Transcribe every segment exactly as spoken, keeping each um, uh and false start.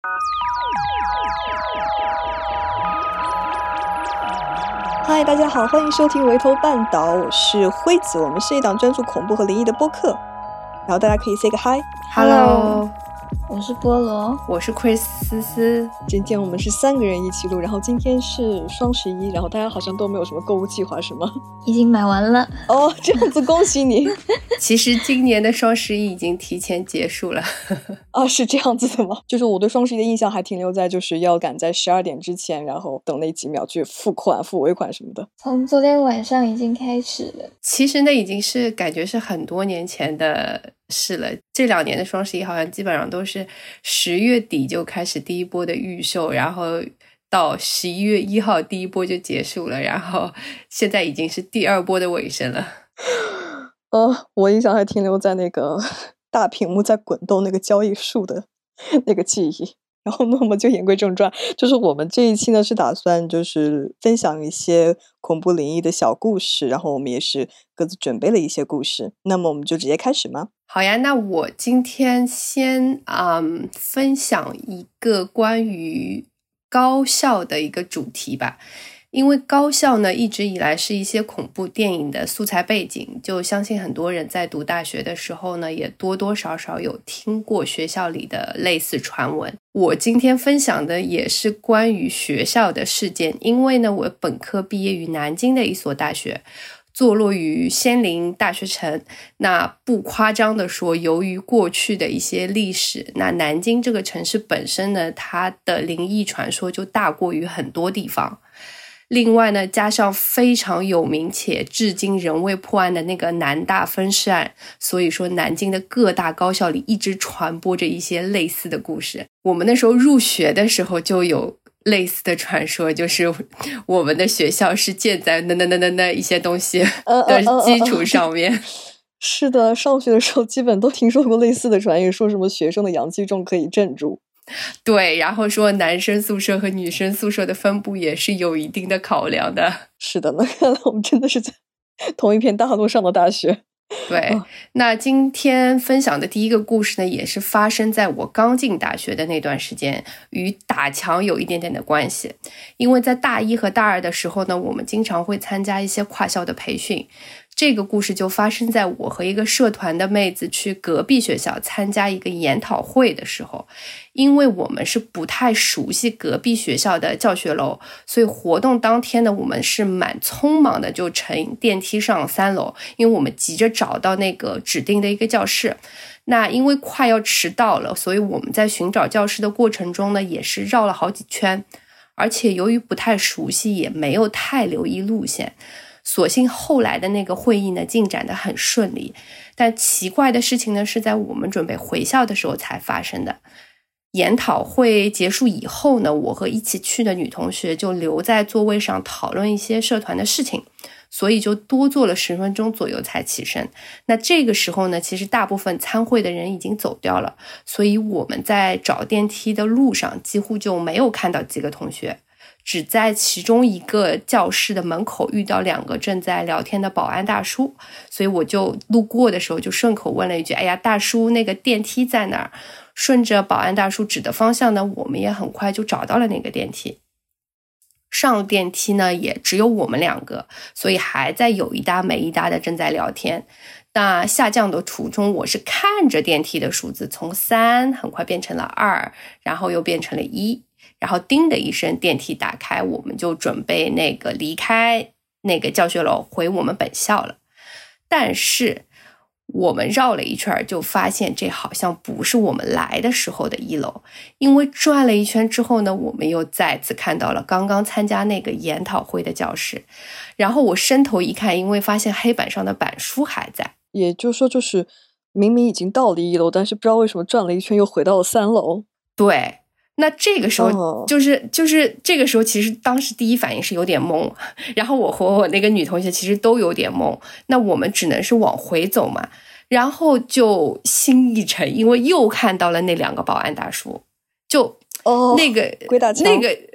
嗨，大家好，欢迎收听围头半岛，我是辉子，我们是一档专注恐怖和灵异的播客，然后大家可以 say 个 hi。Hello， 我是菠萝， 我是 Chris 思思。 今天我们是三个人一起录，然后今天是双十一，然后大家好像都没有什么购物计划是吗？ 已经买完了。 哦，这样子恭喜你。 其实今年的双十一已经提前结束了。 啊，是这样子的吗？就是我对双十一的印象还停留在就是要赶在十二点之前，然后等那几秒去付款付尾款什么的。 从昨天晚上已经开始了。 其实那已经是感觉是很多年前的事了，这两年的双十一好像基本上都是十月底就开始第一波的预售，然后到十一月一号第一波就结束了，然后现在已经是第二波的尾声了。 呃，我印象还停留在那个大屏幕在滚动那个交易数的那个记忆。然后那么就言归正传，就是我们这一期呢是打算就是分享一些恐怖灵异的小故事，然后我们也是各自准备了一些故事，那么我们就直接开始吗？ 好呀，那我今天先嗯分享一个关于高校的一个主题吧。因为高校呢一直以来是一些恐怖电影的素材背景，就相信很多人在读大学的时候呢也多多少少有听过学校里的类似传闻。我今天分享的也是关于学校的事件，因为呢我本科毕业于南京的一所大学，坐落于仙林大学城。那不夸张的说，由于过去的一些历史，那南京这个城市本身呢它的灵异传说就大过于很多地方。另外呢，加上非常有名且至今仍未破案的那个南大分尸案，所以说南京的各大高校里一直传播着一些类似的故事。我们那时候入学的时候就有类似的传说，就是我们的学校是建在那那那那那一些东西的基础上面。 呃呃呃呃是的，上学的时候基本都听说过类似的传言，说什么学生的阳气重可以镇住。 对，然后说男生宿舍和女生宿舍的分布也是有一定的考量的。 是的，那看来我们真的是在同一片大陆上的大学。 对、哦、那今天分享的第一个故事呢，也是发生在我刚进大学的那段时间，与打墙有一点点的关系。因为在大一和大二的时候呢，我们经常会参加一些跨校的培训。这个故事就发生在我和一个社团的妹子去隔壁学校参加一个研讨会的时候。因为我们是不太熟悉隔壁学校的教学楼，所以活动当天呢，我们是蛮匆忙的就乘电梯上三楼，因为我们急着找到那个指定的一个教室。那因为快要迟到了，所以我们在寻找教室的过程中呢，也是绕了好几圈，而且由于不太熟悉，也没有太留意路线。所幸后来的那个会议呢进展得很顺利，但奇怪的事情呢是在我们准备回校的时候才发生的。研讨会结束以后呢，我和一起去的女同学就留在座位上讨论一些社团的事情，所以就多坐了十分钟左右才起身。那这个时候呢，其实大部分参会的人已经走掉了，所以我们在找电梯的路上几乎就没有看到几个同学，只在其中一个教室的门口遇到两个正在聊天的保安大叔，所以我就路过的时候就顺口问了一句，哎呀，大叔，那个电梯在哪儿？顺着保安大叔指的方向呢，我们也很快就找到了那个电梯。上电梯呢，也只有我们两个，所以还在有一搭没一搭的正在聊天。那下降的途中，我是看着电梯的数字从三很快变成了二，然后又变成了一，然后叮的一声电梯打开，我们就准备那个离开那个教学楼回我们本校了。但是我们绕了一圈就发现这好像不是我们来的时候的一楼，因为转了一圈之后呢，我们又再次看到了刚刚参加那个研讨会的教室。然后我伸头一看，因为发现黑板上的板书还在。 也就是说，就是明明已经到了一楼，但是不知道为什么转了一圈又回到了三楼。 对，那这个时候就是、oh. 就是这个时候其实当时第一反应是有点懵，然后我和我那个女同学其实都有点懵，那我们只能是往回走嘛，然后就心一沉，因为又看到了那两个保安大叔，就、oh, 那个鬼打墙那个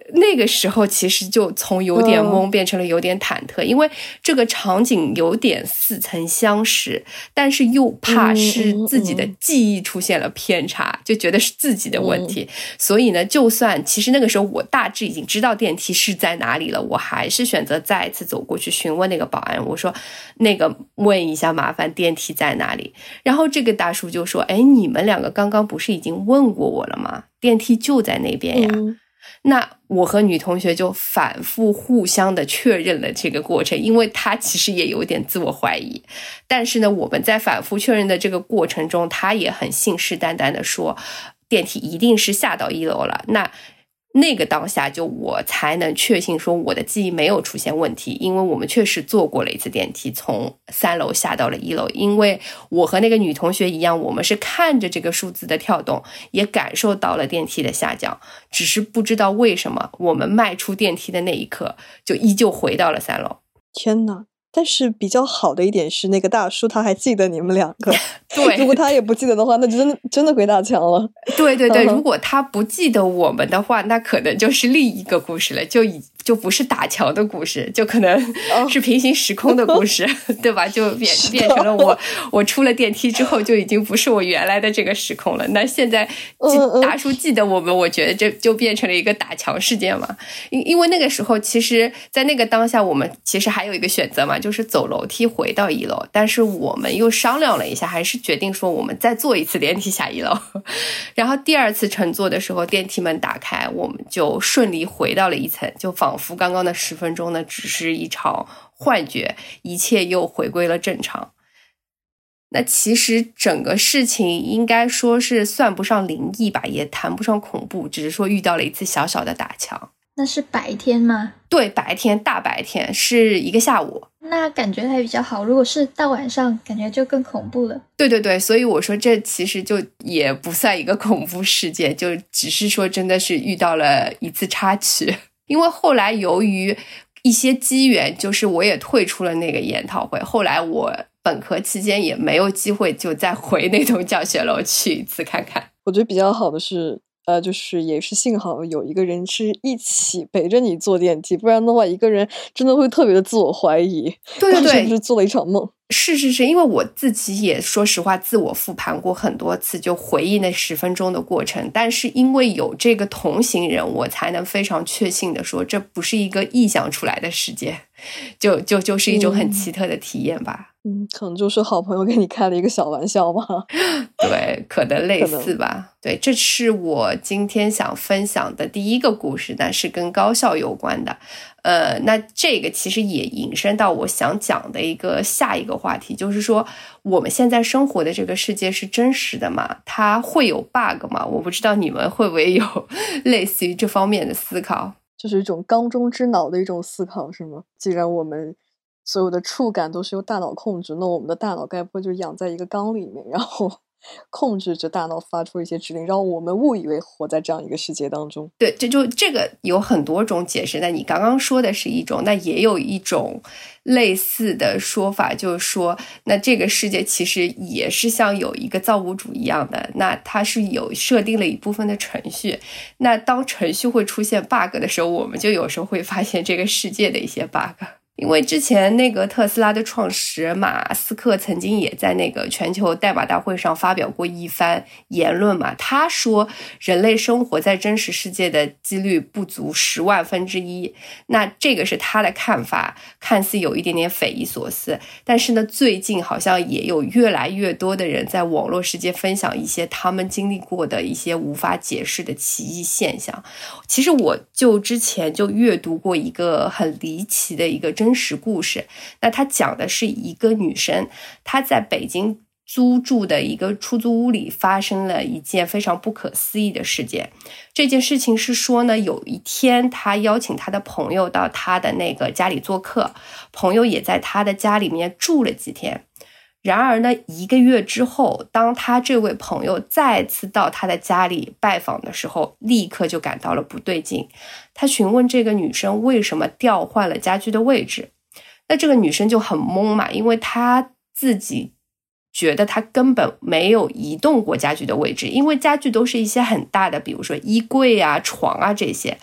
那个时候其实就从有点懵变成了有点忐忑，因为这个场景有点似曾相识，但是又怕是自己的记忆出现了偏差，就觉得是自己的问题。所以呢，就算其实那个时候我大致已经知道电梯是在哪里了，我还是选择再一次走过去询问那个保安，我说那个问一下麻烦电梯在哪里。然后这个大叔就说，哎，你们两个刚刚不是已经问过我了吗？电梯就在那边呀。嗯，那我和女同学就反复互相的确认了这个过程，因为她其实也有点自我怀疑，但是呢，我们在反复确认的这个过程中，她也很信誓旦旦的说电梯一定是下到一楼了。那那个当下就我才能确信说我的记忆没有出现问题，因为我们确实坐过了一次电梯，从三楼下到了一楼。因为我和那个女同学一样，我们是看着这个数字的跳动，也感受到了电梯的下降，只是不知道为什么我们迈出电梯的那一刻就依旧回到了三楼。 天哪！但是比较好的一点是，那个大叔他还记得你们两个。 对， 如果他也不记得的话，那就真的真的鬼打墙了。 对对对，如果他不记得我们的话，那可能就是另一个故事了，就以就不是打墙的故事，就可能是平行时空的故事，哦、对吧？就变变成了我我出了电梯之后就已经不是我原来的这个时空了。那现在大叔记得我们，我觉得这就变成了一个打墙事件嘛。因因为那个时候，其实在那个当下，我们其实还有一个选择嘛，就是走楼梯回到一楼。但是我们又商量了一下，还是决定说我们再坐一次电梯下一楼。然后第二次乘坐的时候，电梯门打开，我们就顺利回到了一层，就仿佛刚刚的十分钟呢只是一场幻觉，一切又回归了正常。那其实整个事情应该说是算不上灵异吧，也谈不上恐怖，只是说遇到了一次小小的打墙。 那是白天吗？ 对，白天，大白天，是一个下午。 那感觉还比较好，如果是到晚上感觉就更恐怖了。 对对对，所以我说这其实就也不算一个恐怖事件，就只是说真的是遇到了一次插曲。因为后来由于一些机缘，就是我也退出了那个研讨会，后来我本科期间也没有机会就再回那栋教学楼去一次看看。 我觉得比较好的是呃，就是也是幸好有一个人是一起陪着你坐电梯，不然的话一个人真的会特别的自我怀疑。 对对对， 是不是做了一场梦？ 是是是，因为我自己也说实话自我复盘过很多次，就回忆那十分钟的过程，但是因为有这个同行人，我才能非常确信的说这不是一个臆想出来的世界，就就就是一种很奇特的体验吧。 嗯，可能就是好朋友给你开了一个小玩笑吧。 对，可能类似吧。对，这是我今天想分享的第一个故事，那是跟高校有关的。呃，那这个其实也引申到我想讲的一个下一个话题，就是说我们现在生活的这个世界是真实的吗？它会有 bug 吗？我不知道你们会不会有类似于这方面的思考， 就是一种缸中之脑的一种思考，是吗？既然我们所有的触感都是由大脑控制，那我们的大脑该不会就养在一个缸里面，然后控制着大脑发出一些指令，让我们误以为活在这样一个世界当中。 对，这就这个有很多种解释，那你刚刚说的是一种，那也有一种类似的说法，就是说那这个世界其实也是像有一个造物主一样的，那它是有设定了一部分的程序，那当程序会出现 bug 的时候，我们就有时候会发现这个世界的一些 bug。因为之前那个特斯拉的创始人马斯克曾经也在那个全球代码大会上发表过一番言论嘛，他说人类生活在真实世界的几率不足十万分之一，那这个是他的看法，看似有一点点匪夷所思，但是呢最近好像也有越来越多的人在网络世界分享一些他们经历过的一些无法解释的奇异现象。其实我就之前就阅读过一个很离奇的一个真实故事，那他讲的是一个女生，她在北京租住的一个出租屋里发生了一件非常不可思议的事件。这件事情是说呢，有一天她邀请她的朋友到她的那个家里做客，朋友也在她的家里面住了几天。然而呢，一个月之后，当他这位朋友再次到他的家里拜访的时候，立刻就感到了不对劲。他询问这个女生为什么调换了家具的位置，那这个女生就很懵嘛，因为她自己觉得她根本没有移动过家具的位置，因为家具都是一些很大的，比如说衣柜啊、床啊这些。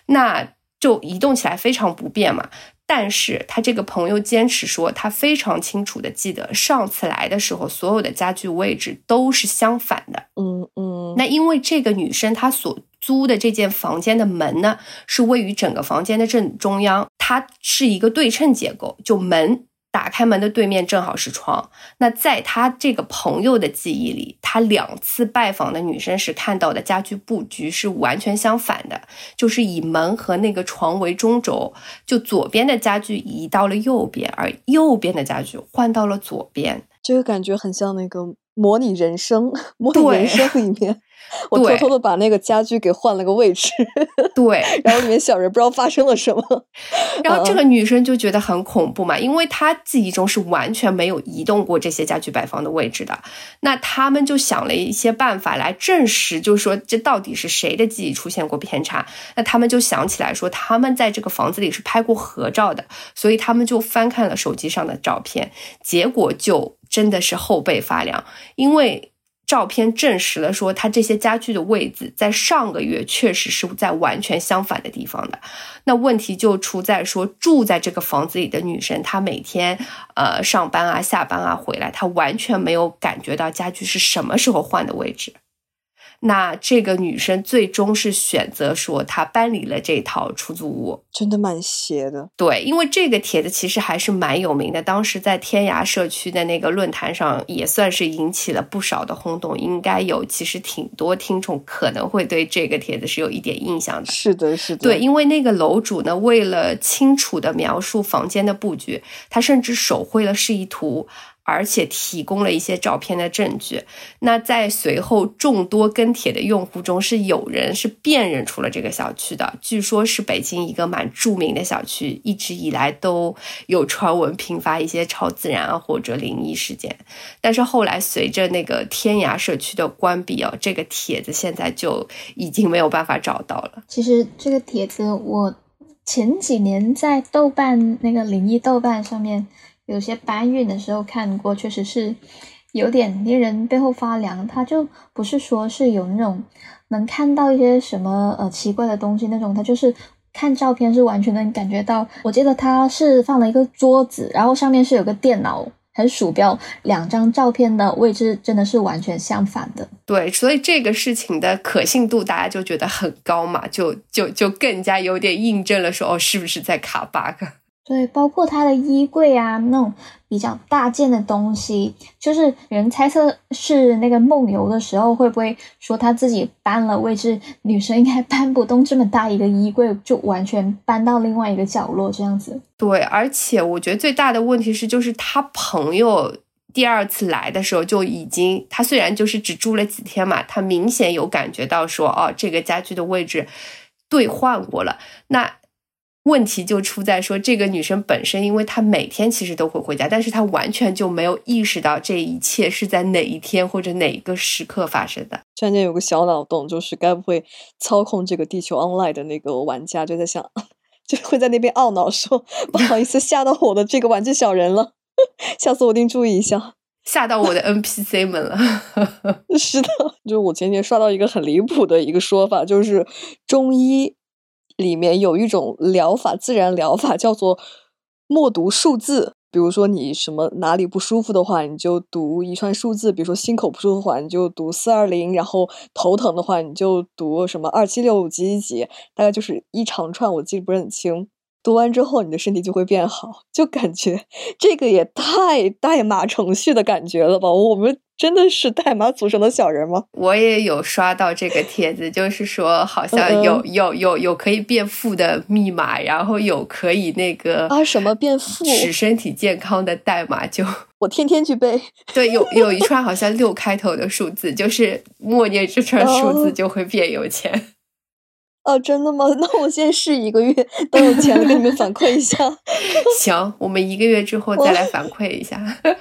那就移动起来非常不便嘛。但是他这个朋友坚持说，他非常清楚的记得上次来的时候，所有的家具位置都是相反的。 嗯嗯。 那因为这个女生她所租的这间房间的门呢，是位于整个房间的正中央，它是一个对称结构，就门打开门的对面正好是床。那在他这个朋友的记忆里，他两次拜访的女生时看到的家具布局是完全相反的，就是以门和那个床为中轴，就左边的家具移到了右边，而右边的家具换到了左边。 这个感觉很像那个模拟人生，模拟人生里面，我偷偷的把那个家具给换了个位置， 对， 然后里面小人不知道发生了什么， 然后这个女生就觉得很恐怖嘛，因为她记忆中是完全没有移动过这些家具摆放的位置的。那他们就想了一些办法来证实，就是说这到底是谁的记忆出现过偏差。那他们就想起来说，他们在这个房子里是拍过合照的，所以他们就翻看了手机上的照片，结果就真的是后背发凉，因为照片证实了说他这些家具的位置在上个月确实是在完全相反的地方的。那问题就出在说，住在这个房子里的女生，她每天呃上班啊下班啊回来，她完全没有感觉到家具是什么时候换的位置。那这个女生最终是选择说她搬离了这套出租屋， 真的蛮邪的。 对，因为这个帖子其实还是蛮有名的，当时在天涯社区的那个论坛上也算是引起了不少的轰动，应该有其实挺多听众可能会对这个帖子是有一点印象的。 是的是的， 对，因为那个楼主呢，为了清楚的描述房间的布局，他甚至手绘了示意图，而且提供了一些照片的证据。那在随后众多跟帖的用户中，是有人是辨认出了这个小区的，据说是北京一个蛮著名的小区，一直以来都有传闻频发一些超自然啊或者灵异事件。但是后来随着那个天涯社区的关闭啊，这个帖子现在就已经没有办法找到了。 其实这个帖子我前几年在豆瓣那个灵异豆瓣上面有些搬运的时候看过，确实是有点令人背后发凉。他就不是说是有那种能看到一些什么呃奇怪的东西那种，他就是看照片是完全能感觉到。我记得他是放了一个桌子，然后上面是有个电脑还是鼠标，两张照片的位置真的是完全相反的。 对，所以这个事情的可信度大家就觉得很高嘛，就就就更加有点印证了说，哦，是不是在卡 bug。 对，包括他的衣柜啊，那种比较大件的东西，就是人猜测是那个梦游的时候会不会说他自己搬了位置，女生应该搬不动这么大一个衣柜，就完全搬到另外一个角落这样子。 对，而且我觉得最大的问题是，就是他朋友第二次来的时候就已经，他虽然就是只住了几天嘛，他明显有感觉到说，哦，这个家具的位置兑换过了。那问题就出在说，这个女生本身因为她每天其实都会回家，但是她完全就没有意识到这一切是在哪一天或者哪一个时刻发生的。 突然间有个小脑洞，就是该不会操控这个地球 online 的那个玩家就在想，就会在那边懊恼说，不好意思吓到我的这个玩具小人了，下次我一定注意一下， 吓到我的 N P C 们了。 是的，就是我前天刷到一个很离谱的一个说法，就是中医里面有一种疗法，自然疗法叫做默读数字。比如说你什么哪里不舒服的话，你就读一串数字，比如说心口不舒服的话，你就读四二零，然后头疼的话，你就读什么二七六几几几，大概就是一长串，我记不是很清。读完之后你的身体就会变好，就感觉这个也太代码程序的感觉了吧，我们真的是代码组成的小人吗？ 我也有刷到这个帖子，就是说好像有、 嗯、 有有有可以变富的密码，然后有可以那个啊什么变富使身体健康的代码，就我天天去背。对， 有有一串好像六开头的数字，就是默念这串数字就会变有钱。 哦哦，真的吗？那我先试一个月，等有钱了跟你们反馈一下。 行，我们一个月之后再来反馈一下。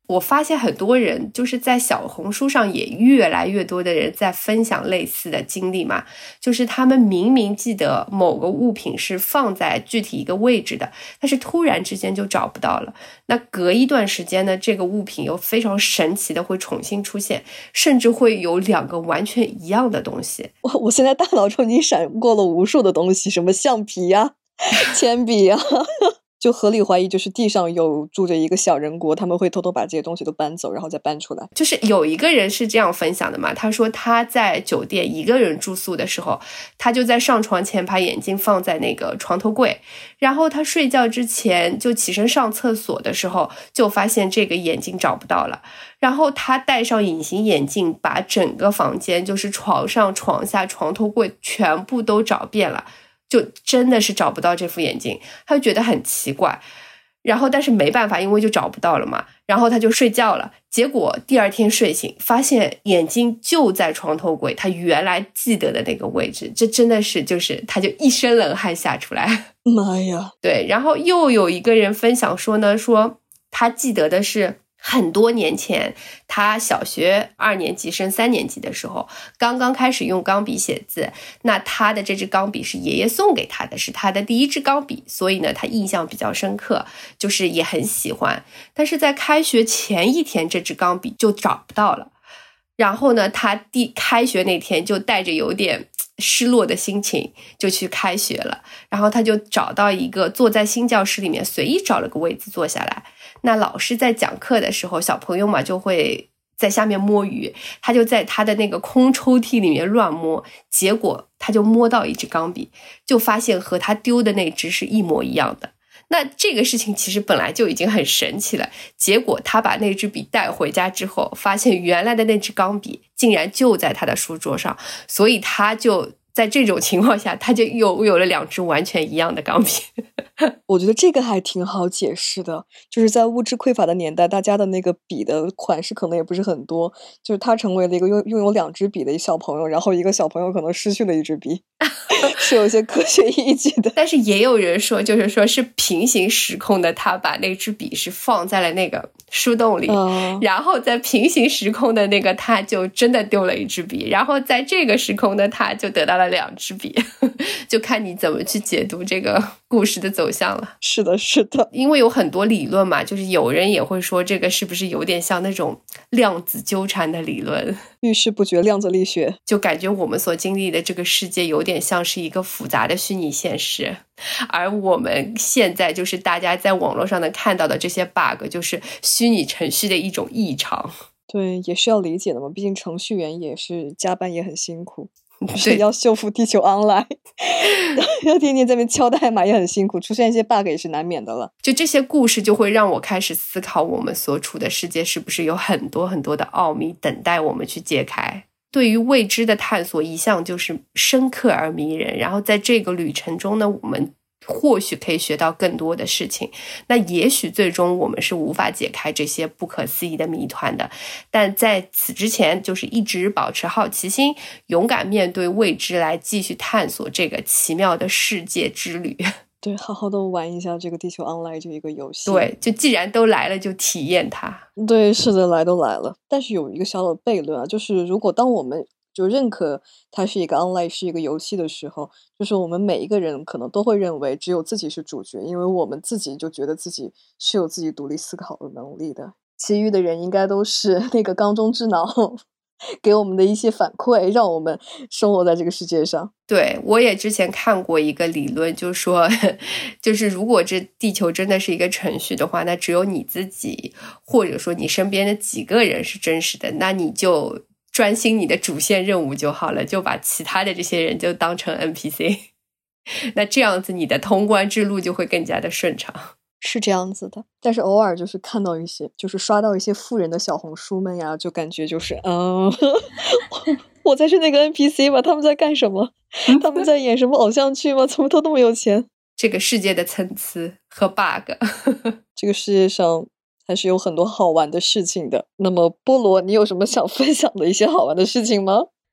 我发现很多人就是在小红书上也越来越多的人在分享类似的经历嘛，就是他们明明记得某个物品是放在具体一个位置的，但是突然之间就找不到了。那隔一段时间呢，这个物品又非常神奇的会重新出现，甚至会有两个完全一样的东西。 我我现在大脑中已经闪过了无数的东西，什么橡皮呀、铅笔呀。就合理怀疑就是地上有住着一个小人国，他们会偷偷把这些东西都搬走，然后再搬出来。 就是有一个人是这样分享的嘛，他说他在酒店一个人住宿的时候，他就在上床前把眼镜放在那个床头柜，然后他睡觉之前就起身上厕所的时候，就发现这个眼镜找不到了，然后他戴上隐形眼镜，把整个房间就是床上床下床头柜全部都找遍了，就真的是找不到这副眼镜，他就觉得很奇怪，然后但是没办法，因为就找不到了嘛，然后他就睡觉了。结果第二天睡醒，发现眼睛就在床头柜他原来记得的那个位置，这真的是就是他就一身冷汗下出来。 妈呀！ 对，然后又有一个人分享说呢，说他记得的是很多年前，他小学二年级升三年级的时候，刚刚开始用钢笔写字。那他的这支钢笔是爷爷送给他的，是他的第一支钢笔，所以呢，他印象比较深刻，就是也很喜欢。但是在开学前一天，这支钢笔就找不到了。然后呢，他第开学那天就带着有点失落的心情就去开学了。然后他就找到一个坐在新教室里面，随意找了个位子坐下来。那老师在讲课的时候，小朋友嘛就会在下面摸鱼，他就在他的那个空抽屉里面乱摸，结果他就摸到一支钢笔，就发现和他丢的那支是一模一样的。那这个事情其实本来就已经很神奇了，结果他把那支笔带回家之后，发现原来的那支钢笔竟然就在他的书桌上，所以他就在这种情况下，他就又有了两支完全一样的钢笔。 我觉得这个还挺好解释的，就是在物质匮乏的年代，大家的那个笔的款式可能也不是很多，就是他成为了一个拥拥有两支笔的小朋友，然后一个小朋友可能失去了一支笔，是有一些科学依据的。 但是也有人说，就是说是平行时空的，他把那支笔是放在了那个树洞里， 嗯， 然后在平行时空的那个他就真的丢了一支笔，然后在这个时空的他就得到了两支笔，就看你怎么去解读这个故事的走向了。 是的，是的， 因为有很多理论嘛，就是有人也会说这个是不是有点像那种量子纠缠的理论， 遇事不决量子力学， 就感觉我们所经历的这个世界有点像是一个复杂的虚拟现实，而我们现在就是大家在网络上能看到的这些 bug 就是虚拟程序的一种异常。 对，也是要理解的嘛，毕竟程序员也是加班也很辛苦，就是要修复地球 online 要天天在那边敲代码也很辛苦，出现一些 bug 也是难免的了。 就这些故事就会让我开始思考，我们所处的世界是不是有很多很多的奥秘等待我们去揭开。对于未知的探索一向就是深刻而迷人，然后在这个旅程中呢，我们或许可以学到更多的事情，那也许最终我们是无法解开这些不可思议的谜团的，但在此之前就是一直保持好奇心，勇敢面对未知，来继续探索这个奇妙的世界之旅。 对，好好的玩一下这个地球 online 这一个游戏。 对，就既然都来了，就体验它。 对，是的，来都来了。但是有一个小小的悖论啊，就是如果当我们就认可它是一个 online 是一个游戏的时候，就是我们每一个人可能都会认为只有自己是主角，因为我们自己就觉得自己是有自己独立思考的能力的，其余的人应该都是那个缸中之脑给我们的一些反馈，让我们生活在这个世界上。 对，我也之前看过一个理论，就说就是如果这地球真的是一个程序的话，那只有你自己或者说你身边的几个人是真实的，那你就专心你的主线任务就好了，就把其他的这些人就当成 N P C 那这样子你的通关之路就会更加的顺畅。 是这样子的，但是偶尔就是看到一些就是刷到一些富人的小红书们呀，就感觉就是嗯我才是那个 N P C 吧，他们在干什么他们在演什么偶像剧吗？怎么都那么有钱？ 这个世界的参差和 bug 这个世界上还是有很多好玩的事情的。那么菠萝，你有什么想分享的一些好玩的事情吗？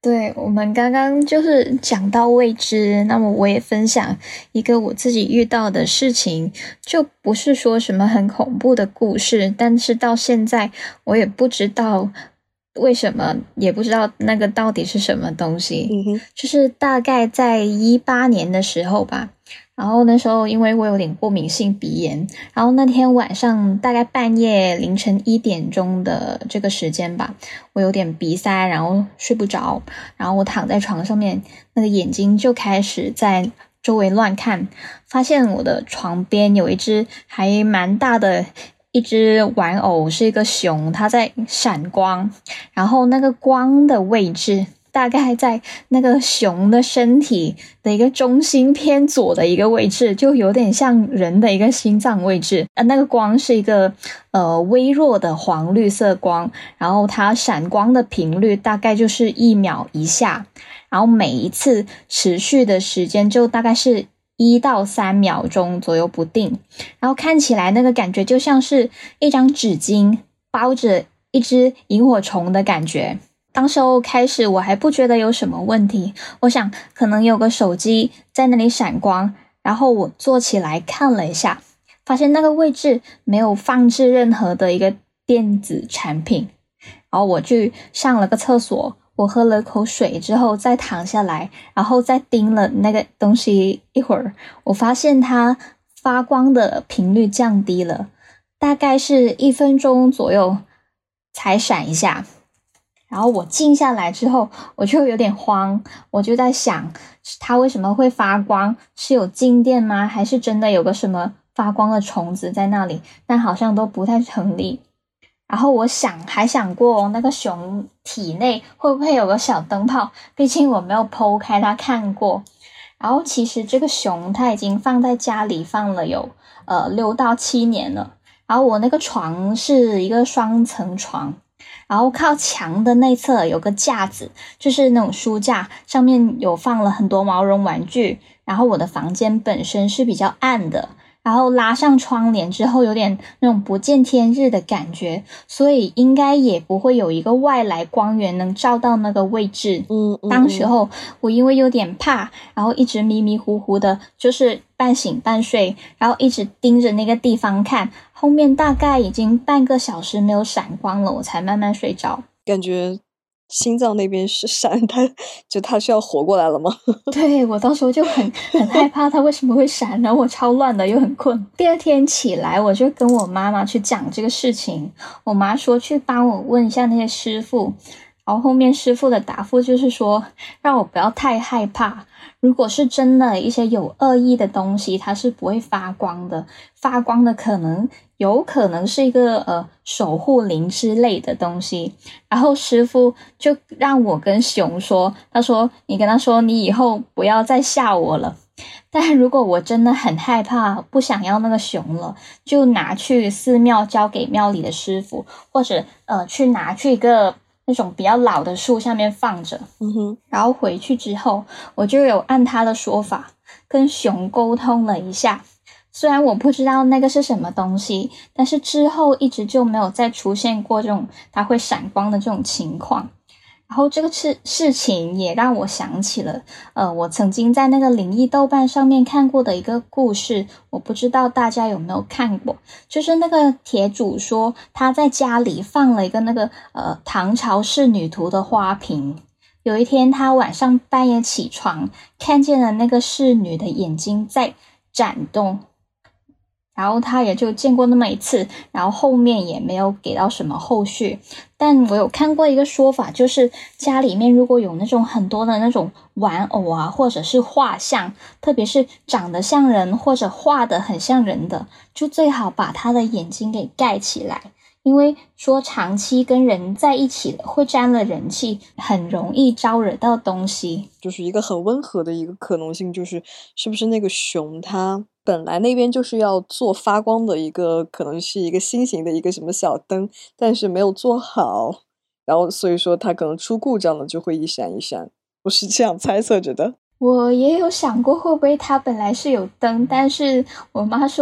对，我们刚刚就是讲到未知，那么我也分享一个我自己遇到的事情，就不是说什么很恐怖的故事，但是到现在我也不知道为什么，也不知道那个到底是什么东西。 嗯哼， 就是大概在一八年的时候吧，然后那时候因为我有点过敏性鼻炎，然后那天晚上大概半夜凌晨一点钟的这个时间吧，我有点鼻塞，然后睡不着，然后我躺在床上面，那个眼睛就开始在周围乱看，发现我的床边有一只还蛮大的一只玩偶，是一个熊，它在闪光，然后那个光的位置大概在那个熊的身体的一个中心偏左的一个位置，就有点像人的一个心脏位置。呃，那个光是一个呃微弱的黄绿色光，然后它闪光的频率大概就是一秒一下，然后每一次持续的时间就大概是一到三秒钟左右不定，然后看起来那个感觉就像是一张纸巾包着一只萤火虫的感觉。当时候开始我还不觉得有什么问题，我想可能有个手机在那里闪光，然后我坐起来看了一下，发现那个位置没有放置任何的一个电子产品，然后我去上了个厕所，我喝了口水之后再躺下来，然后再盯了那个东西一会儿，我发现它发光的频率降低了，大概是一分钟左右才闪一下。然后我静下来之后，我就有点慌，我就在想它为什么会发光，是有静电吗？还是真的有个什么发光的虫子在那里？但好像都不太成立。然后我想还想过那个熊体内会不会有个小灯泡，毕竟我没有剖开它看过。然后其实这个熊它已经放在家里放了有呃六到七年了。然后我那个床是一个双层床，然后靠墙的内侧有个架子，就是那种书架，上面有放了很多毛绒玩具。然后我的房间本身是比较暗的，然后拉上窗帘之后有点那种不见天日的感觉，所以应该也不会有一个外来光源能照到那个位置。 嗯，嗯当时候我因为有点怕，然后一直迷迷糊糊的，就是半醒半睡，然后一直盯着那个地方看，后面大概已经半个小时没有闪光了，我才慢慢睡着。 感觉心脏那边是闪，他就他是要活过来了吗？ 对，我到时候就很很害怕它为什么会闪，然后我超乱的又很困。第二天起来我就跟我妈妈去讲这个事情，我妈说去帮我问一下那些师傅，然后后面师傅的答复就是说让我不要太害怕，如果是真的一些有恶意的东西它是不会发光的，发光的可能有可能是一个呃守护灵之类的东西。然后师傅就让我跟熊说，他说你跟他说你以后不要再吓我了，但如果我真的很害怕不想要那个熊了，就拿去寺庙交给庙里的师傅，或者呃去拿去一个那种比较老的树下面放着。 嗯哼， 然后回去之后我就有按他的说法跟熊沟通了一下，虽然我不知道那个是什么东西，但是之后一直就没有再出现过这种它会闪光的这种情况。然后这个事事情也让我想起了呃，我曾经在那个灵异豆瓣上面看过的一个故事，我不知道大家有没有看过，就是那个帖主说他在家里放了一个那个呃唐朝仕女图的花瓶，有一天他晚上半夜起床，看见了那个仕女的眼睛在展动，然后他也就见过那么一次，然后后面也没有给到什么后续。但我有看过一个说法，就是家里面如果有那种很多的那种玩偶啊，或者是画像，特别是长得像人或者画得很像人的，就最好把他的眼睛给盖起来，因为说长期跟人在一起会沾了人气，很容易招惹到东西。 就是一个很温和的一个可能性，就是是不是那个熊它本来那边就是要做发光的一个，可能是一个新型的一个什么小灯，但是没有做好，然后所以说它可能出故障了，就会一闪一闪。我是这样猜测着的。 我也有想过会不会它本来是有灯，但是我妈说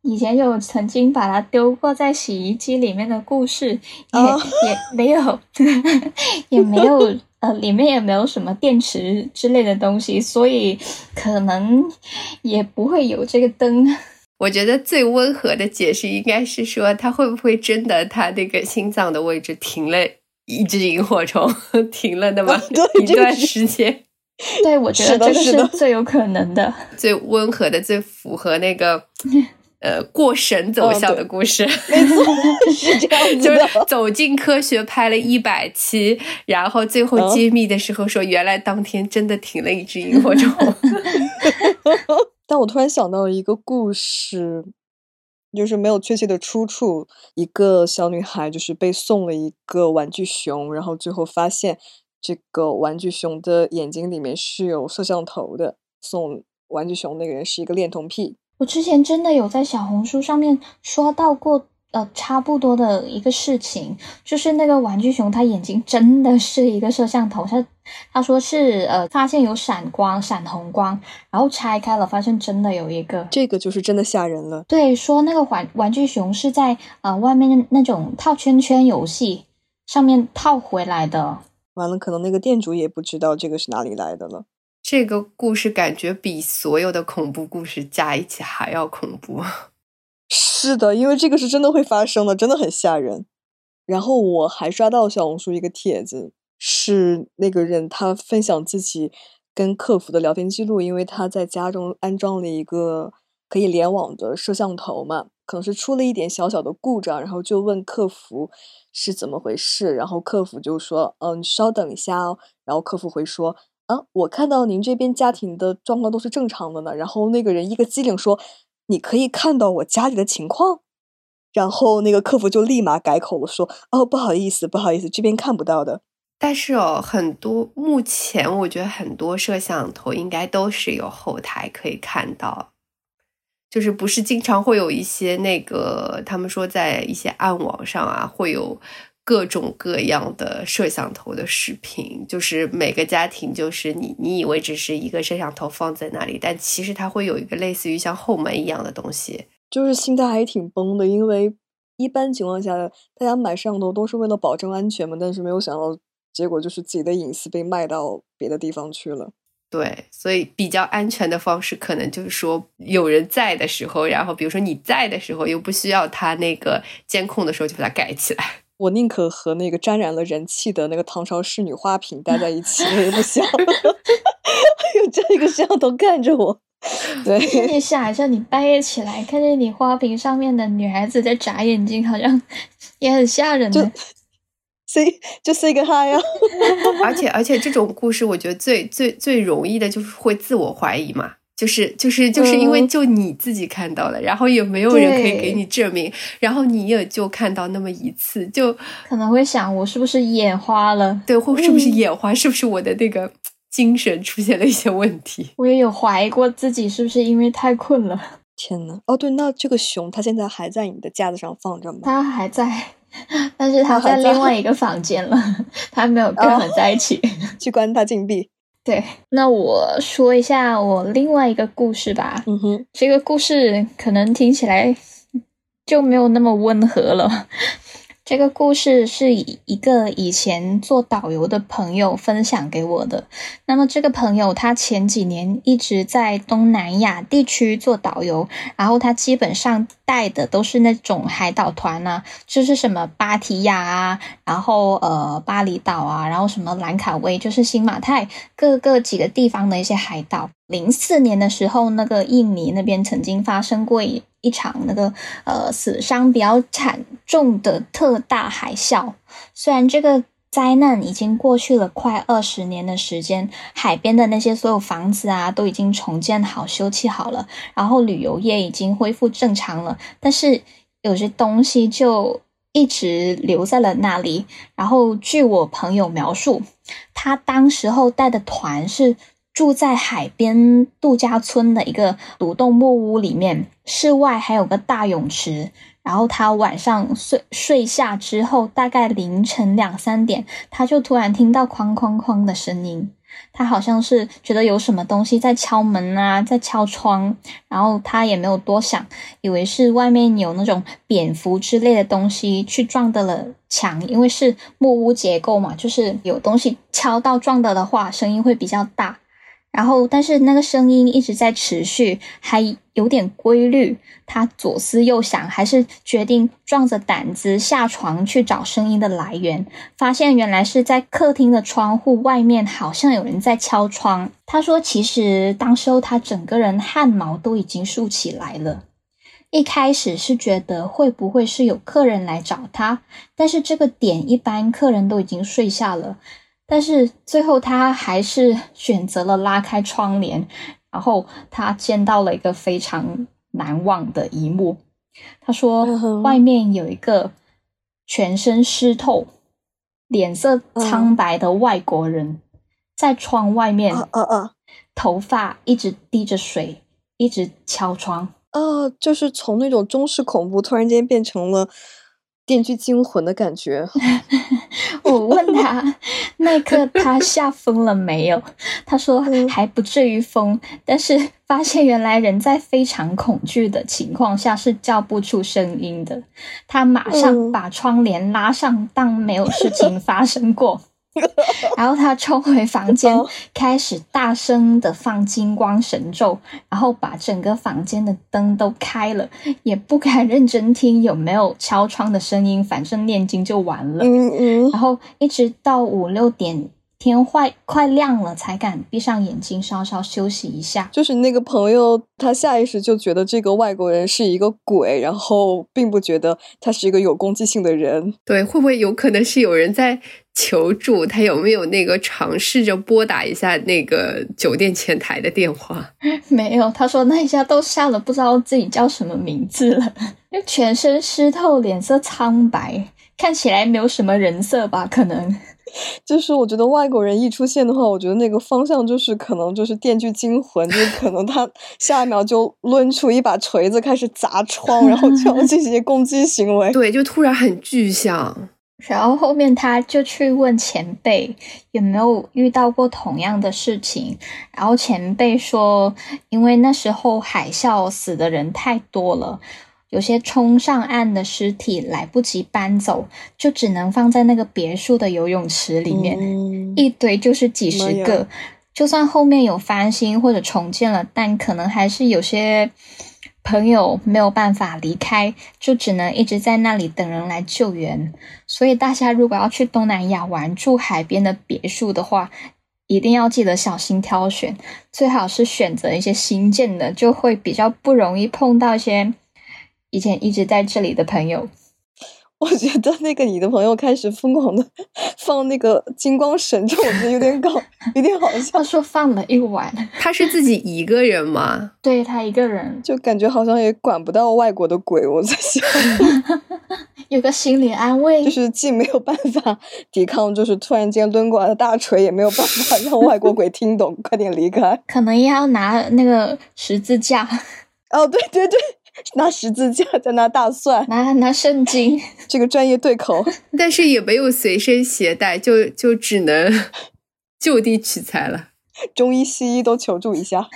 以前有曾经把它丢过在洗衣机里面的故事，也、 哦、 也没有也没有呃，里面也没有什么电池之类的东西，所以可能也不会有这个灯。 我觉得最温和的解释应该是说，它会不会真的它那个心脏的位置停了一只萤火虫，停了那么一段时间。 对，我觉得这个是最有可能的， 最温和的，最符合那个呃过审走向的故事。 哦、没错，是这样子的。 就是走进科学拍了一百期，然后最后揭秘的时候说，原来当天真的停了一只萤火虫。 但我突然想到一个故事，就是没有确切的出处，一个小女孩就是被送了一个玩具熊，然后最后发现这个玩具熊的眼睛里面是有摄像头的，送玩具熊那个人是一个恋童癖。 我之前真的有在小红书上面刷到过呃，差不多的一个事情，就是那个玩具熊它眼睛真的是一个摄像头，他他说是呃发现有闪光闪红光，然后拆开了发现真的有一个， 这个就是真的吓人了。 对，说那个玩玩具熊是在呃外面那种套圈圈游戏上面套回来的， 完了可能那个店主也不知道这个是哪里来的了。 这个故事感觉比所有的恐怖故事加一起还要恐怖。 是的，因为这个是真的会发生的，真的很吓人。然后我还刷到小红书一个帖子，是那个人他分享自己跟客服的聊天记录，因为他在家中安装了一个可以联网的摄像头嘛，可能是出了一点小小的故障，然后就问客服是怎么回事，然后客服就说嗯，稍等一下哦，然后客服会说啊，我看到您这边家庭的状况都是正常的呢，然后那个人一个机灵说，你可以看到我家里的情况，然后那个客服就立马改口了，说哦，不好意思不好意思，这边看不到的。 但是哦，很多目前我觉得很多摄像头应该都是有后台可以看到，就是不是经常会有一些那个他们说在一些暗网上啊会有各种各样的摄像头的视频，就是每个家庭就是你你以为只是一个摄像头放在那里，但其实它会有一个类似于像后门一样的东西。 就是心态还挺崩的，因为一般情况下大家买摄像头都是为了保证安全嘛，但是没有想到结果就是自己的隐私被卖到别的地方去了。 对，所以比较安全的方式可能就是说有人在的时候，然后比如说你在的时候又不需要他那个监控的时候就把它盖起来。 我宁可和那个沾染了人气的那个唐朝仕女花瓶待在一起，我也不想有这一个摄像头看着我。对， 你想一下，你半夜起来看见你花瓶上面的女孩子在眨眼睛，好像也很吓人的。 say 就 say 个 hi 啊。 而且而且这种故事我觉得最最最容易的就是会自我怀疑嘛，就是就是就是因为就你自己看到了、嗯、然后也没有人可以给你证明，然后你也就看到那么一次，就可能会想我是不是眼花了， 对，或是不是眼花、嗯、是不是我的那个精神出现了一些问题。 我也有怀疑过自己是不是因为太困了。 天哪，哦对，那这个熊它现在还在你的架子上放着吗？ 它还在，但是它在另外一个房间了，它没有跟我们在一起、哦、 去关它禁闭。 对，那我说一下我另外一个故事吧。 嗯哼， 这个故事可能听起来就没有那么温和了。这个故事是一个以前做导游的朋友分享给我的。那么这个朋友他前几年一直在东南亚地区做导游，然后他基本上带的都是那种海岛团啊，就是什么芭提雅啊，然后呃巴厘岛啊，然后什么兰卡威，就是新马泰各个几个地方的一些海岛。零四年的时候，那个印尼那边曾经发生过一一场那个呃死伤比较惨重的特大海啸。虽然这个灾难已经过去了快二十年的时间，海边的那些所有房子啊都已经重建好修葺好了，然后旅游业已经恢复正常了，但是有些东西就一直留在了那里。然后据我朋友描述，他当时候带的团是住在海边度假村的一个独栋木屋里面，室外还有个大泳池。然后他晚上睡睡下之后，大概凌晨两三点，他就突然听到哐哐哐的声音。 他好像是觉得有什么东西在敲门啊，在敲窗，然后他也没有多想，以为是外面有那种蝙蝠之类的东西去撞到了墙，因为是木屋结构嘛，就是有东西敲到撞到的话声音会比较大，然后但是那个声音一直在持续，还有点规律，他左思右想，还是决定壮着胆子下床去找声音的来源，发现原来是在客厅的窗户外面好像有人在敲窗。他说其实当时候他整个人汗毛都已经竖起来了，一开始是觉得会不会是有客人来找他，但是这个点一般客人都已经睡下了，但是最后他还是选择了拉开窗帘，然后他见到了一个非常难忘的一幕。他说、嗯、外面有一个全身湿透脸色苍白的外国人、嗯、在窗外面、 啊啊啊、 头发一直滴着水，一直敲窗。 啊，就是从那种中式恐怖突然间变成了电锯惊魂的感觉。 我问他那一刻他吓疯了没有，他说还不至于疯，但是发现原来人在非常恐惧的情况下是叫不出声音的，他马上把窗帘拉上当没有事情发生过。然后他冲回房间、哦、开始大声的放金光神咒，然后把整个房间的灯都开了，也不敢认真听有没有敲窗的声音，反正念经就完了。 嗯嗯， 然后一直到五六点天快快亮了才敢闭上眼睛稍稍休息一下。 就是那个朋友他下意识就觉得这个外国人是一个鬼，然后并不觉得他是一个有攻击性的人。 对，会不会有可能是有人在求助，他有没有那个尝试着拨打一下那个酒店前台的电话？ 没有，他说那一下都吓了不知道自己叫什么名字了，全身湿透，脸色苍白，看起来没有什么人色吧，可能就是我觉得外国人一出现的话，我觉得那个方向就是可能就是电锯惊魂，就是可能他下一秒就抡出一把锤子开始砸窗，然后就要进行攻击行为。 对，就突然很具象。 然后后面他就去问前辈有没有遇到过同样的事情，然后前辈说因为那时候海啸死的人太多了，有些冲上岸的尸体来不及搬走，就只能放在那个别墅的游泳池里面、嗯、一堆就是几十个，就算后面有翻新或者重建了，但可能还是有些朋友没有办法离开，就只能一直在那里等人来救援。所以大家如果要去东南亚玩住海边的别墅的话，一定要记得小心挑选，最好是选择一些新建的，就会比较不容易碰到一些以前一直在这里的朋友。 我觉得那个你的朋友开始疯狂的放那个金光神咒，我觉得有点搞有点好笑。 他说放了一晚。 他是自己一个人吗？ 对，他一个人， 就感觉好像也管不到外国的鬼，我在想有个心理安慰， 就是既没有办法抵抗就是突然间抡过来的大锤，也没有办法让外国鬼听懂快点离开， 可能也要拿那个十字架。 哦对对对，拿十字架再拿大蒜， 拿拿圣经， 这个专业对口。 但是也没有随身携带，就就只能就地取材了， 中医西医都求助一下。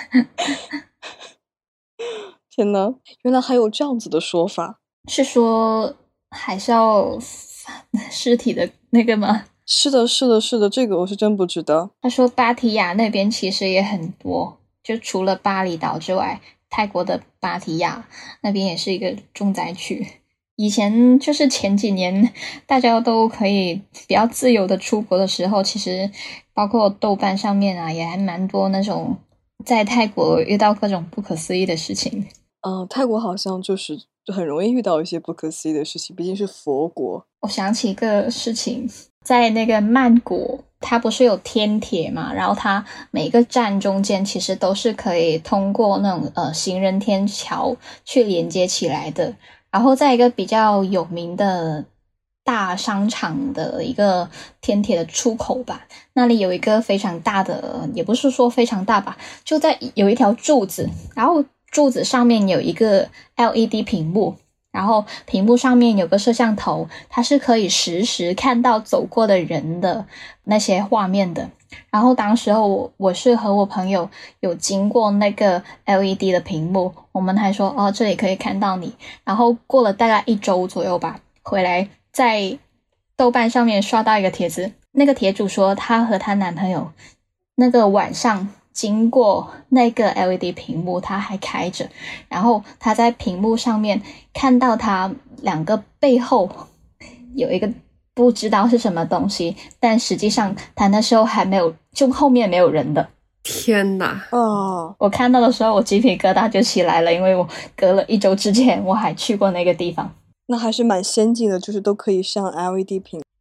天哪，原来还有这样子的说法。 是说海啸尸体的那个吗？ 是的是的是的，这个我是真不知道。 他说芭提雅那边其实也很多，就除了巴厘岛之外，泰国的芭提雅那边也是一个重灾区。以前就是前几年大家都可以比较自由的出国的时候，其实包括豆瓣上面啊也还蛮多那种在泰国遇到各种不可思议的事情。 嗯、呃，泰国好像就是很容易遇到一些不可思议的事情，毕竟是佛国。 我想起一个事情，在那个曼谷它不是有天铁嘛，然后它每个站中间其实都是可以通过那种呃行人天桥去连接起来的。然后在一个比较有名的大商场的一个天铁的出口吧，那里有一个非常大的，也不是说非常大吧，就在有一条柱子，然后柱子上面有一个 L E D 屏幕，然后屏幕上面有个摄像头，它是可以实时看到走过的人的那些画面的。 然后当时候我我是和我朋友有经过那个 L E D 的屏幕，我们还说哦这里可以看到你。然后过了大概一周左右吧，回来在豆瓣上面刷到一个帖子，那个帖主说她和她男朋友那个晚上经过那个 L E D 屏幕，她还开着，然后她在屏幕上面看到她两个背后有一个不知道是什么东西，但实际上他那时候还没有，就后面没有人的。 天哪！ 哦， 我看到的时候我鸡皮疙瘩就起来了，因为我隔了一周之前我还去过那个地方。 那还是蛮先进的，就是都可以上 L E D 屏。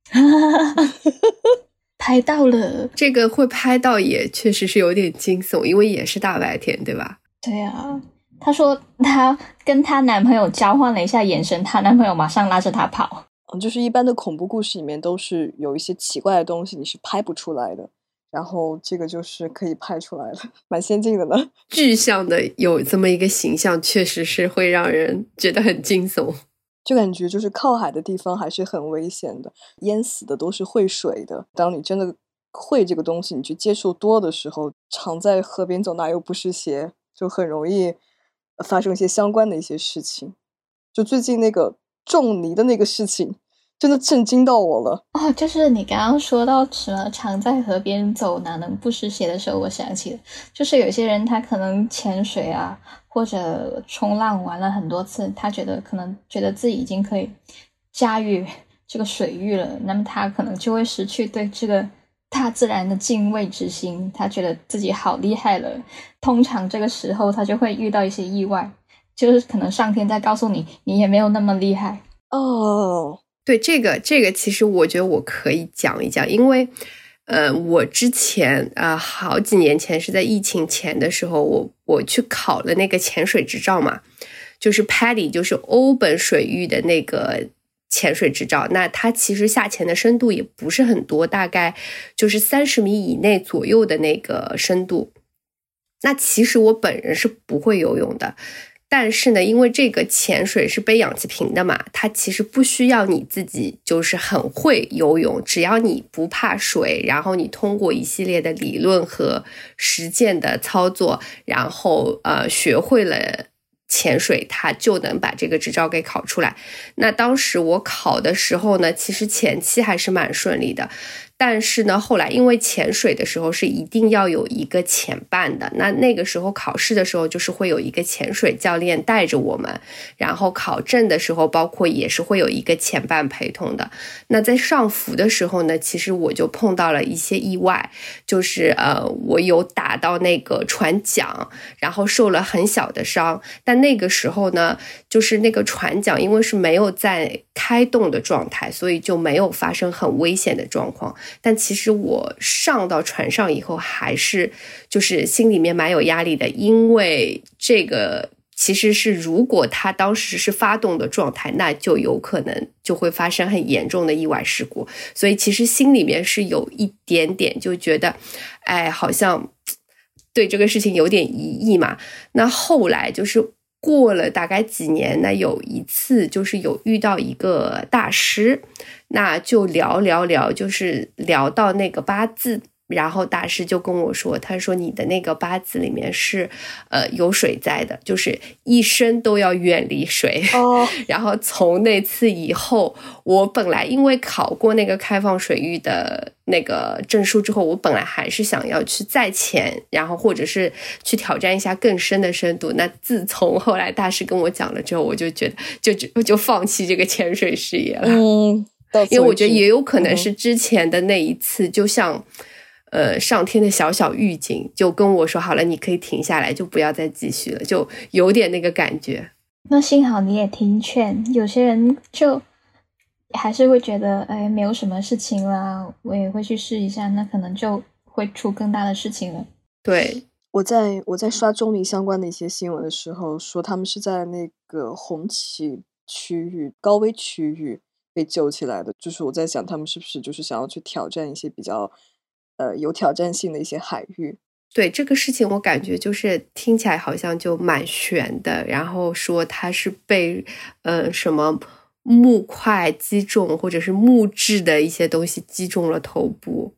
拍到了， 这个会拍到也确实是有点惊悚，因为也是大白天，对吧？ 对啊，她说她跟她男朋友交换了一下眼神，她男朋友马上拉着她跑。 嗯，就是一般的恐怖故事里面都是有一些奇怪的东西你是拍不出来的，然后这个就是可以拍出来了，蛮先进的呢。 具象的有这么一个形象，确实是会让人觉得很惊悚。 就感觉就是靠海的地方还是很危险的，淹死的都是会水的。当你真的会这个东西，你去接触多的时候，常在河边走哪有不湿鞋，就很容易发生一些相关的一些事情。就最近那个种泥的那个事情真的震惊到我了哦，就是你刚刚说到什么常在河边走哪能不湿鞋的时候，我想起了，就是有些人他可能潜水啊或者冲浪玩了很多次，他觉得可能觉得自己已经可以驾驭这个水域了，那么他可能就会失去对这个大自然的敬畏之心，他觉得自己好厉害了。通常这个时候他就会遇到一些意外，就是可能上天在告诉你你也没有那么厉害。 哦。 对，这个这个其实我觉得我可以讲一讲，因为呃，我之前啊、呃、好几年前是在疫情前的时候，我我去考了那个潜水执照嘛，就是 P A D I 就是欧本水域的那个潜水执照。那它其实下潜的深度也不是很多，大概就是三十米以内左右的那个深度。那其实我本人是不会游泳的。但是呢，因为这个潜水是背氧气瓶的嘛，它其实不需要你自己就是很会游泳，只要你不怕水，然后你通过一系列的理论和实践的操作，然后呃学会了潜水，它就能把这个执照给考出来。那当时我考的时候呢，其实前期还是蛮顺利的。但是呢，后来因为潜水的时候是一定要有一个潜伴的，那那个时候考试的时候就是会有一个潜水教练带着我们，然后考证的时候包括也是会有一个潜伴陪同的。那在上浮的时候呢，其实我就碰到了一些意外，就是呃，我有打到那个船桨，然后受了很小的伤。但那个时候呢，就是那个船桨因为是没有在开动的状态，所以就没有发生很危险的状况。但其实我上到船上以后还是就是心里面蛮有压力的，因为这个其实是如果他当时是发动的状态，那就有可能就会发生很严重的意外事故。所以其实心里面是有一点点就觉得哎，好像对这个事情有点疑义嘛。那后来就是过了大概几年，那有一次就是有遇到一个大师，那就聊聊聊，就是聊到那个八字，然后大师就跟我说，他说你的那个八字里面是呃有水灾的，就是一生都要远离水。 哦， 然后从那次以后，我本来因为考过那个开放水域的那个证书之后，我本来还是想要去再潜，然后或者是去挑战一下更深的深度。那自从后来大师跟我讲了之后，我就觉得就就就放弃这个潜水事业了。 嗯， 因为我觉得也有可能是之前的那一次，嗯、就像呃上天的小小预警，就跟我说好了，你可以停下来，就不要再继续了，就有点那个感觉。 那幸好你也听劝，有些人就还是会觉得哎没有什么事情啦，我也会去试一下，那可能就会出更大的事情了。 对， 我在我在刷中离相关的一些新闻的时候，说他们是在那个红旗区域高危区域被救起来的，就是我在想他们是不是就是想要去挑战一些比较呃有挑战性的一些海域。 对，这个事情我感觉就是听起来好像就蛮悬的，然后说他是被呃什么木块击中或者是木质的一些东西击中了头部。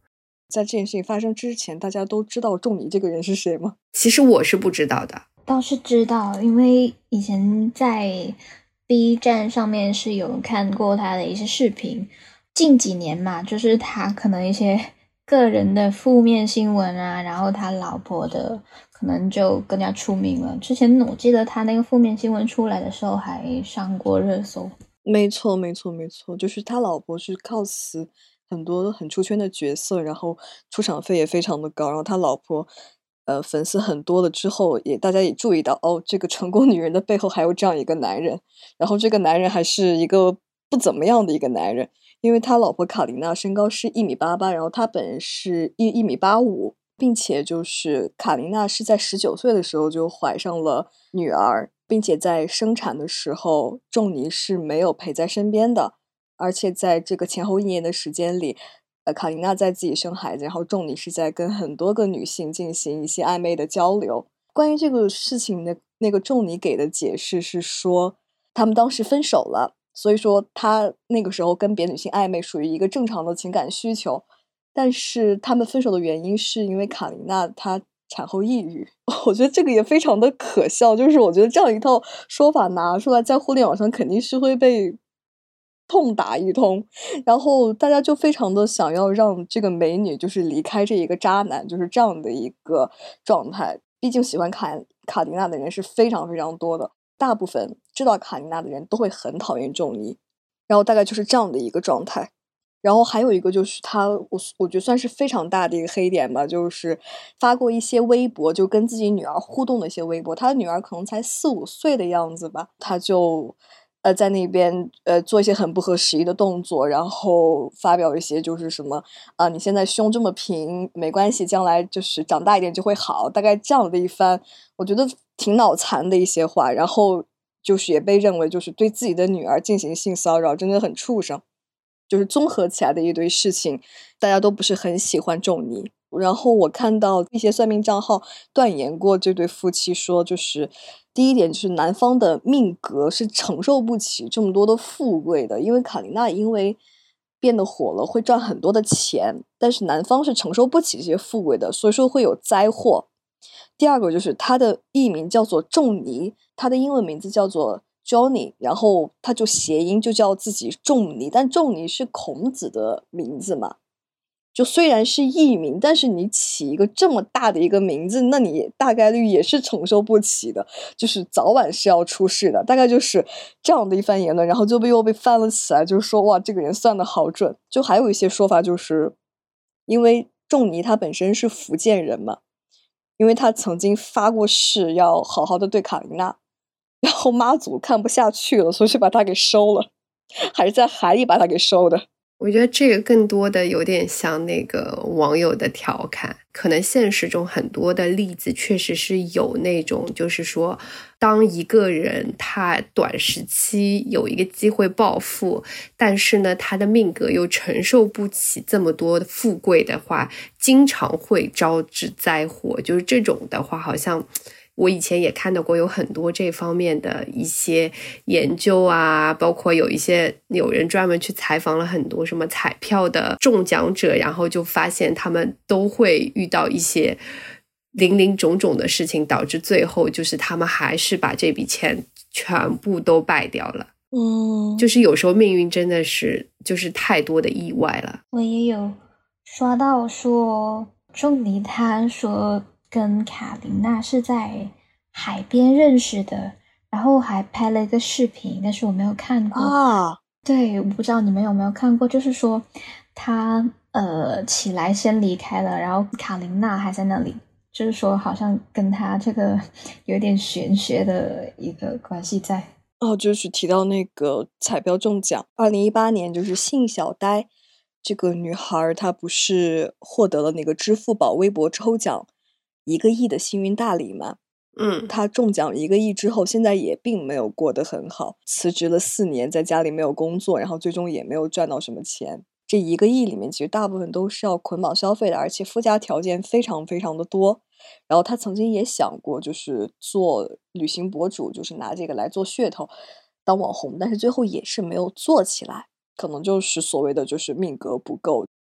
在这件事情发生之前，大家都知道仲尼这个人是谁吗？ 其实我是不知道的。 倒是知道，因为以前在 B 站上面是有看过他的一些视频，近几年嘛，就是他可能一些个人的负面新闻啊，然后他老婆的可能就更加出名了。之前我记得他那个负面新闻出来的时候还上过热搜。 没错没错没错，就是他老婆是 cos 很多很出圈的角色，然后出场费也非常的高，然后他老婆呃粉丝很多了之后，也大家也注意到哦，这个成功女人的背后还有这样一个男人，然后这个男人还是一个不怎么样的一个男人，因为他老婆卡琳娜身高是一米八八，然后他本人是一一米八五，并且就是卡琳娜是在十九岁的时候就怀上了女儿，并且在生产的时候仲尼是没有陪在身边的，而且在这个前后一年的时间里，呃，卡琳娜在自己生孩子，然后仲尼是在跟很多个女性进行一些暧昧的交流。关于这个事情的那个仲尼给的解释是说，他们当时分手了，所以说他那个时候跟别的女性暧昧属于一个正常的情感需求，但是他们分手的原因是因为卡琳娜她产后抑郁。我觉得这个也非常的可笑，就是我觉得这样一套说法拿出来在互联网上肯定是会被痛打一通，然后大家就非常的想要让这个美女就是离开这一个渣男，就是这样的一个状态。毕竟喜欢卡卡琳娜的人是非常非常多的，大部分知道卡琳娜的人都会很讨厌仲尼，然后大概就是这样的一个状态。然后还有一个就是他，我我觉得算是非常大的一个黑点吧，就是发过一些微博，就跟自己女儿互动的一些微博。他的女儿可能才四五岁的样子吧，他就呃在那边呃做一些很不合时宜的动作，然后发表一些就是什么啊、呃、你现在胸这么平没关系，将来就是长大一点就会好，大概这样的一番我觉得挺脑残的一些话，然后就是也被认为就是对自己的女儿进行性骚扰，真的很畜生。就是综合起来的一堆事情，大家都不是很喜欢仲尼。然后我看到一些算命账号断言过这对夫妻，说就是第一点就是男方的命格是承受不起这么多的富贵的，因为卡琳娜因为变得火了会赚很多的钱，但是男方是承受不起这些富贵的，所以说会有灾祸。第二个就是他的艺名叫做仲尼，他的英文名字叫做Johnny， 然后他就谐音就叫自己仲尼，但仲尼是孔子的名字嘛，就虽然是艺名，但是你起一个这么大的一个名字，那你大概率也是承受不起的，就是早晚是要出事的，大概就是这样的一番言论，然后就被又被翻了起来，就是说哇这个人算得好准。就还有一些说法就是因为仲尼他本身是福建人嘛，因为他曾经发过誓要好好的对卡琳娜，然后妈祖看不下去了，所以就把他给收了，还是在海里把他给收的。 我觉得这个更多的有点像那个网友的调侃，可能现实中很多的例子确实是有那种，就是说当一个人他短时期有一个机会暴富，但是呢他的命格又承受不起这么多的富贵的话，经常会招致灾祸。就是这种的话好像我以前也看到过有很多这方面的一些研究啊，包括有一些有人专门去采访了很多什么彩票的中奖者，然后就发现他们都会遇到一些林林种种的事情，导致最后就是他们还是把这笔钱全部都败掉了。 嗯， 就是有时候命运真的是就是太多的意外了。 我也有刷到说仲尼他说跟卡琳娜是在海边认识的，然后还拍了一个视频，但是我没有看过啊。 对，我不知道你们有没有看过，就是说他呃起来先离开了，然后卡琳娜还在那里，就是说好像跟他这个有点玄学的一个关系在。 哦，就是提到那个彩票中奖，二零一八年就是信小呆这个女孩，她不是获得了那个支付宝微博抽奖一个亿的幸运大礼吗？ 嗯， 她中奖一个亿之后，现在也并没有过得很好，辞职了四年，在家里没有工作，然后最终也没有赚到什么钱。这一个亿里面，其实大部分都是要捆绑消费的，而且附加条件非常非常的多。然后他曾经也想过，就是做旅行博主，就是拿这个来做噱头，当网红，但是最后也是没有做起来，可能就是所谓的就是命格不够。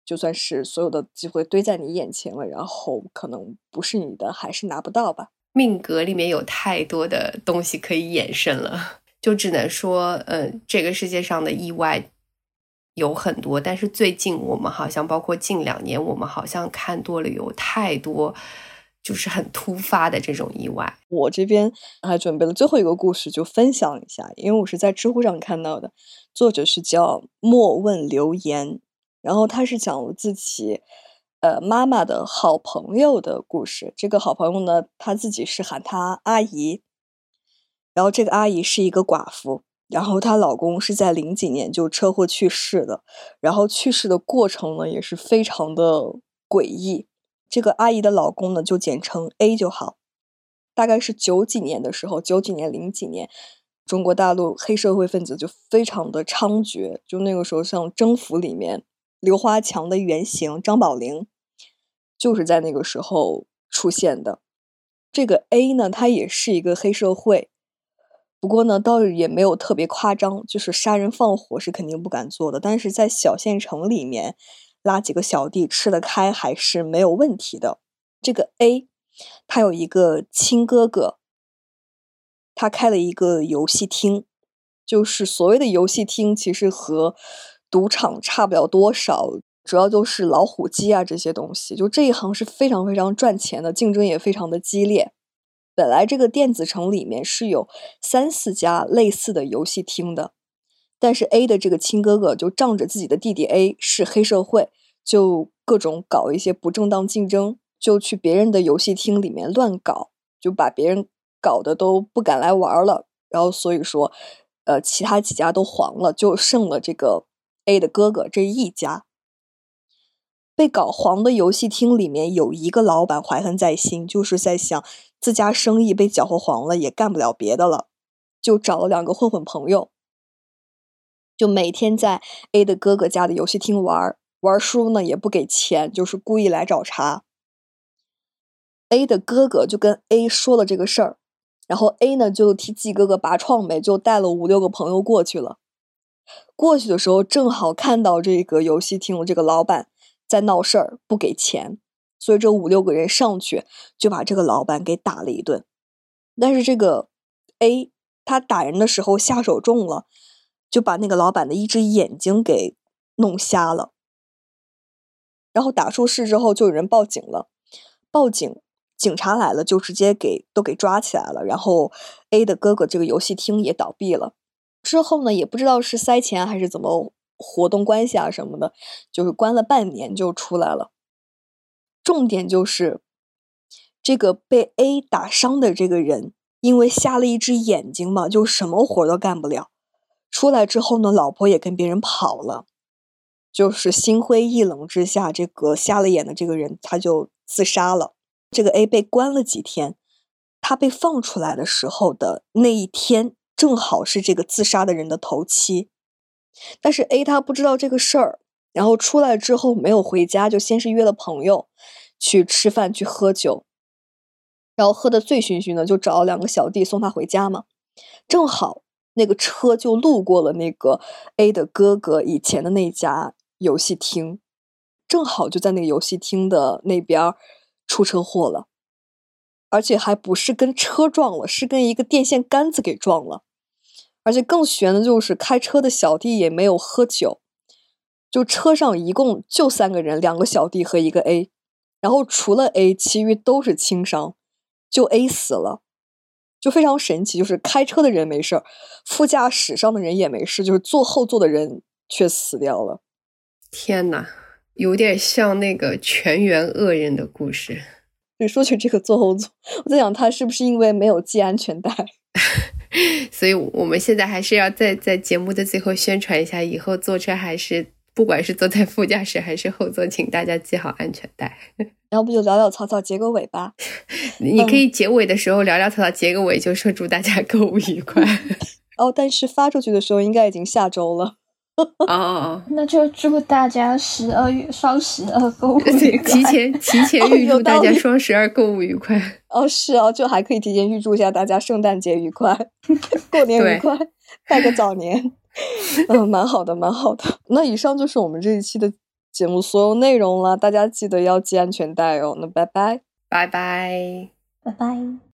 就算是所有的机会堆在你眼前了，然后可能不是你的还是拿不到吧。 命格里面有太多的东西可以衍生了，就只能说呃，这个世界上的意外有很多，但是最近我们好像包括近两年我们好像看多了有太多就是很突发的这种意外。 我这边还准备了最后一个故事就分享一下，因为我是在知乎上看到的，作者是叫莫问留言，然后他是讲了自己呃妈妈的好朋友的故事。这个好朋友呢，他自己是喊她阿姨，然后这个阿姨是一个寡妇，然后她老公是在零几年就车祸去世的，然后去世的过程呢也是非常的诡异。这个阿姨的老公呢就简称 A 就好。大概是九几年的时候，九几年零几年，中国大陆黑社会分子就非常的猖獗，就那个时候像征服里面刘华强的原型张宝林就是在那个时候出现的。这个 A 呢，他也是一个黑社会，不过呢倒也没有特别夸张，就是杀人放火是肯定不敢做的，但是在小县城里面拉几个小弟吃得开还是没有问题的。这个 A 他有一个亲哥哥，他开了一个游戏厅，就是所谓的游戏厅其实和赌场差不了多少，主要就是老虎机啊这些东西，就这一行是非常非常赚钱的，竞争也非常的激烈。本来这个电子城里面是有三四家类似的游戏厅的，但是 A 的这个亲哥哥就仗着自己的弟弟 A 是黑社会，就各种搞一些不正当竞争，就去别人的游戏厅里面乱搞，就把别人搞得都不敢来玩了。然后所以说呃，其他几家都黄了，就剩了这个 A 的哥哥这一家。被搞黄的游戏厅里面有一个老板怀恨在心，就是在想自家生意被搅和黄了，也干不了别的了，就找了两个混混朋友，就每天在 A 的哥哥家的游戏厅玩，玩输呢也不给钱，就是故意来找茬。A 的哥哥就跟 A 说了这个事儿，然后 A 呢就替自己哥哥拔创呗，就带了五六个朋友过去了。过去的时候正好看到这个游戏厅这个老板在闹事儿，不给钱，所以这五六个人上去就把这个老板给打了一顿。但是这个 A 他打人的时候下手重了，就把那个老板的一只眼睛给弄瞎了。然后打出事之后就有人报警了，报警警察来了就直接给都给抓起来了，然后 A 的哥哥这个游戏厅也倒闭了。之后呢也不知道是塞钱还是怎么活动关系啊什么的，就是关了半年就出来了。重点就是这个被 A 打伤的这个人因为瞎了一只眼睛嘛，就什么活都干不了。出来之后呢，老婆也跟别人跑了，就是心灰意冷之下，这个瞎了眼的这个人他就自杀了。这个 A 被关了几天，他被放出来的时候的那一天正好是这个自杀的人的头七。但是 A 他不知道这个事儿，然后出来之后没有回家，就先是约了朋友去吃饭去喝酒，然后喝得醉醺醺的，就找了两个小弟送他回家嘛。正好那个车就路过了那个 A 的哥哥以前的那家游戏厅，正好就在那个游戏厅的那边出车祸了，而且还不是跟车撞了，是跟一个电线杆子给撞了。而且更悬的就是开车的小弟也没有喝酒，就车上一共就三个人，两个小弟和一个 A， 然后除了 A 其余都是轻伤，就 A 死了。就非常神奇，就是开车的人没事，副驾驶上的人也没事，就是坐后座的人却死掉了。 天哪，有点像那个全员恶人的故事。 对，说起这个坐后座，我在想他是不是因为没有系安全带。 所以我们现在还是要在在节目的最后宣传一下，以后坐车还是不管是坐在副驾驶还是后座，请大家系好安全带。 然后不就潦潦草草结个尾吧？ 你可以结尾的时候潦潦草草结个尾，就说祝大家购物愉快。 哦，但是发出去的时候应该已经下周了。 哦哦， 那就祝大家十二月双十二购物愉快。 提前提前预祝大家双十二购物愉快。 哦，是哦，就还可以提前预祝一下大家圣诞节愉快，过年愉快，拜个早年。嗯，蛮好的，蛮好的。那以上就是我们这一期的节目所有内容了，大家记得要系安全带哦。那拜拜， 拜拜， 拜拜。